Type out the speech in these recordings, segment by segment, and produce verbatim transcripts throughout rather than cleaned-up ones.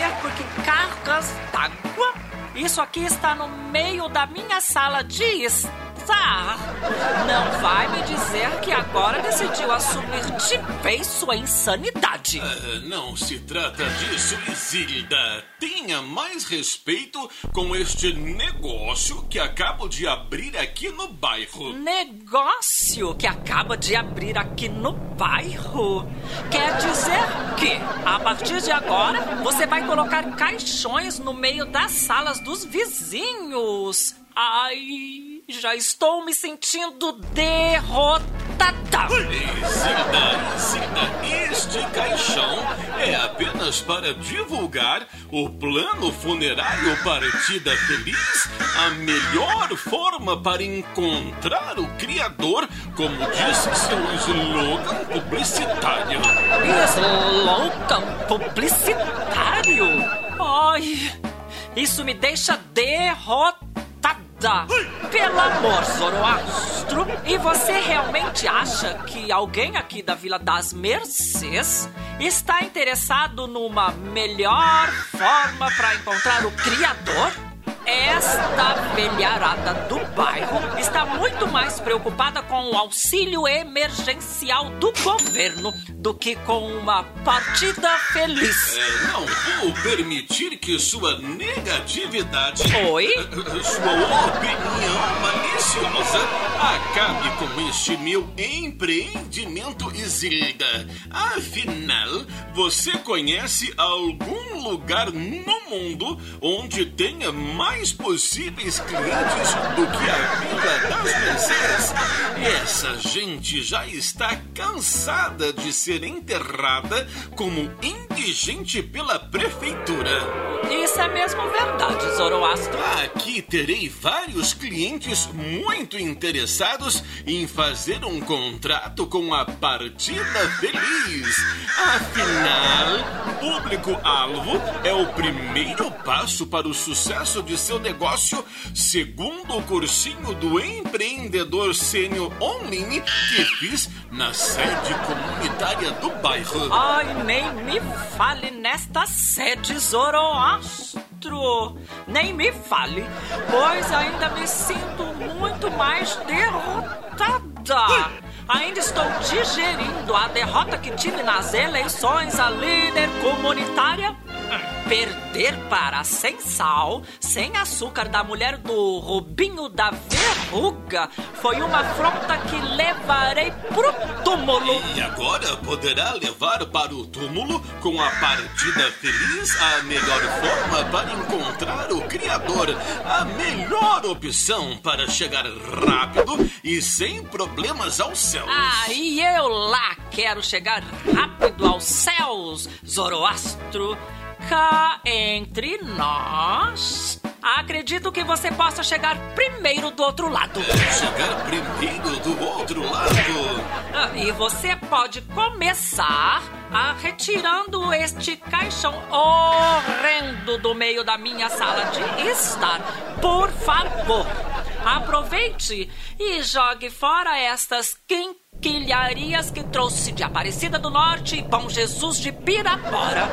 dizer por que cargas d'água? Isso aqui está no meio da minha sala de estar. Não vai me dizer que agora decidiu assumir de vez sua insanidade. Uh, não se trata disso, Isilda. Tenha mais respeito com este negócio que acabo de abrir aqui no bairro. Negócio que acaba de abrir aqui no bairro? Quer dizer que, a partir de agora, você vai colocar caixões no meio das salas dos vizinhos. Ai, já estou me sentindo derrotada. Isilda, Isilda, este caixão é apenas para divulgar o plano funerário Partida Feliz, a melhor forma para encontrar o Criador, como disse seu slogan publicitário. Slogan publicitário? Ai, isso me deixa derrotada. Pelo amor, Zoroastro, e você realmente acha que alguém aqui da Vila das Mercês está interessado numa melhor forma para encontrar o Criador? Esta velharada do bairro está muito mais preocupada com o auxílio emergencial do governo do que com uma partida feliz. É, não vou permitir que sua negatividade... Oi? Sua opinião maliciosa acabe com este meu empreendimento, Isilda. Afinal, você conhece algum lugar no mundo onde tenha mais possíveis clientes do que a Vila das Mercês? Essa gente já está cansada de ser enterrada como indigente pela prefeitura. Isso é mesmo verdade, Zoroastro. Aqui terei vários clientes muito interessados em fazer um contrato com a Partida Feliz. Afinal, público-alvo é o primeiro passo para o sucesso de seu negócio, segundo o cursinho do empreendedor sênior online que fiz na sede comunitária do bairro. Ai, nem me fale nesta sede, Zoroastro. Nem me fale, pois ainda me sinto muito mais derrotada. Ainda estou digerindo a derrota que tive nas eleições a líder comunitária. Perder para sem sal, sem açúcar da mulher do Rubinho da Verruga foi uma afronta que levarei pro túmulo. E agora poderá levar para o túmulo com a Partida Feliz a melhor forma para encontrar o Criador, a melhor opção para chegar rápido e sem problemas aos céus. Ah, e eu lá quero chegar rápido aos céus, Zoroastro. Cá entre nós, acredito que você possa chegar primeiro do outro lado. Chegar primeiro do outro lado? Ah, e você pode começar a retirando este caixão horrendo do meio da minha sala de estar. Por favor, aproveite e jogue fora estas quinquilharias que trouxe de Aparecida do Norte e Bom Jesus de Pirapora.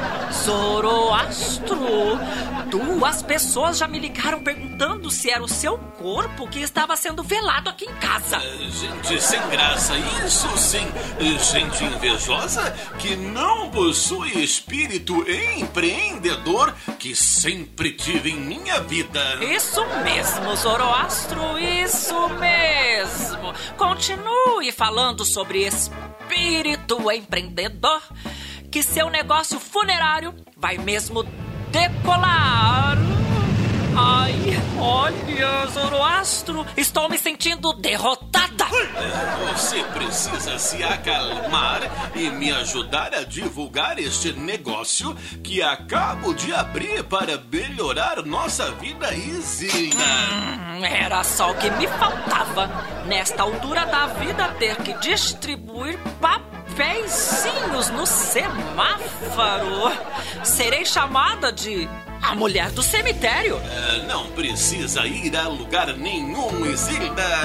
Zoroastro, duas pessoas já me ligaram perguntando se era o seu corpo que estava sendo velado aqui em casa. É, gente sem graça, isso sim. Gente invejosa que não possui espírito empreendedor que sempre tive em minha vida. Isso mesmo, Zoroastro, isso mesmo. Continue falando sobre espírito empreendedor, que seu negócio funerário vai mesmo decolar. Ai, olha, Zoroastro, estou me sentindo derrotada. Você precisa se acalmar e me ajudar a divulgar este negócio que acabo de abrir para melhorar nossa vida, Isilda. Hum, era só o que me faltava. Nesta altura da vida, ter que distribuir papeizinhos no semáforo. Serei chamada de a mulher do cemitério. É, não precisa ir a lugar nenhum, Isilda. Não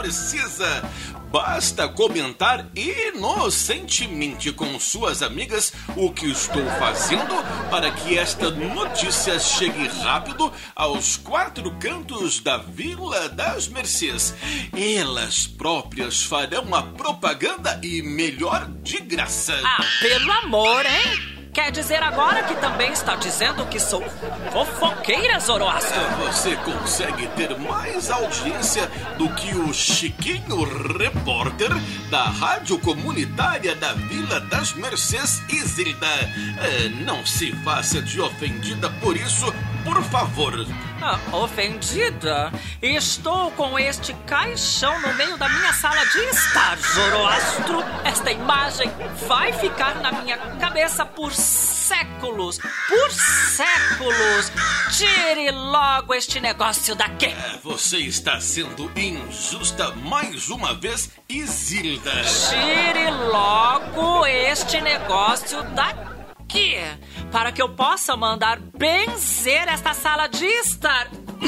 precisa. Basta comentar inocentemente com suas amigas o que estou fazendo para que esta notícia chegue rápido aos quatro cantos da Vila das Mercês. Elas próprias farão a propaganda e melhor de graça. Ah, pelo amor, hein? Quer dizer agora que também está dizendo que sou fofoqueira, Zoroastro? Você consegue ter mais audiência do que o Chiquinho repórter da rádio comunitária da Vila das Mercês, Isilda. É, não se faça de ofendida por isso, por favor. Ah, ofendida? Estou com este caixão no meio da minha sala de estar, Zoroastro. Esta imagem vai ficar na minha cabeça por séculos. Por séculos. Tire logo este negócio daqui. É, você está sendo injusta mais uma vez, Isilda. Tire logo este negócio daqui. Para que eu possa mandar benzer esta sala de estar.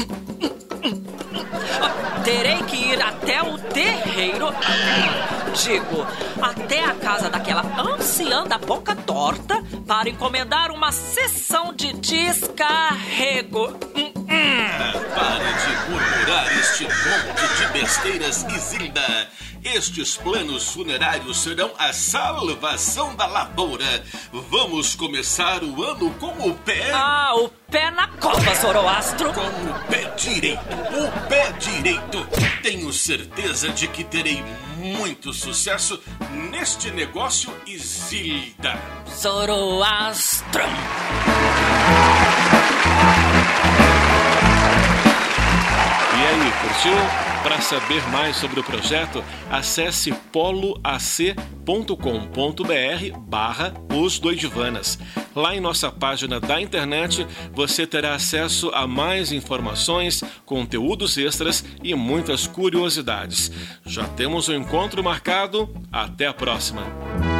Terei que ir até o terreiro, digo, até a casa daquela anciã da boca torta para encomendar uma sessão de descarrego. Ah, pare de murmurar este monte de besteiras, Isilda. Estes planos funerários serão a salvação da lavoura. Vamos começar o ano com o pé... Ah, o pé na cova, Zoroastro. Com o pé direito, o pé direito. Tenho certeza de que terei muito sucesso neste negócio, Isilda. Zoroastro. E aí, curtiu? Para saber mais sobre o projeto, acesse poloac ponto com ponto br barra os doidivanas. Lá em nossa página da internet, você terá acesso a mais informações, conteúdos extras e muitas curiosidades. Já temos um encontro marcado. Até a próxima!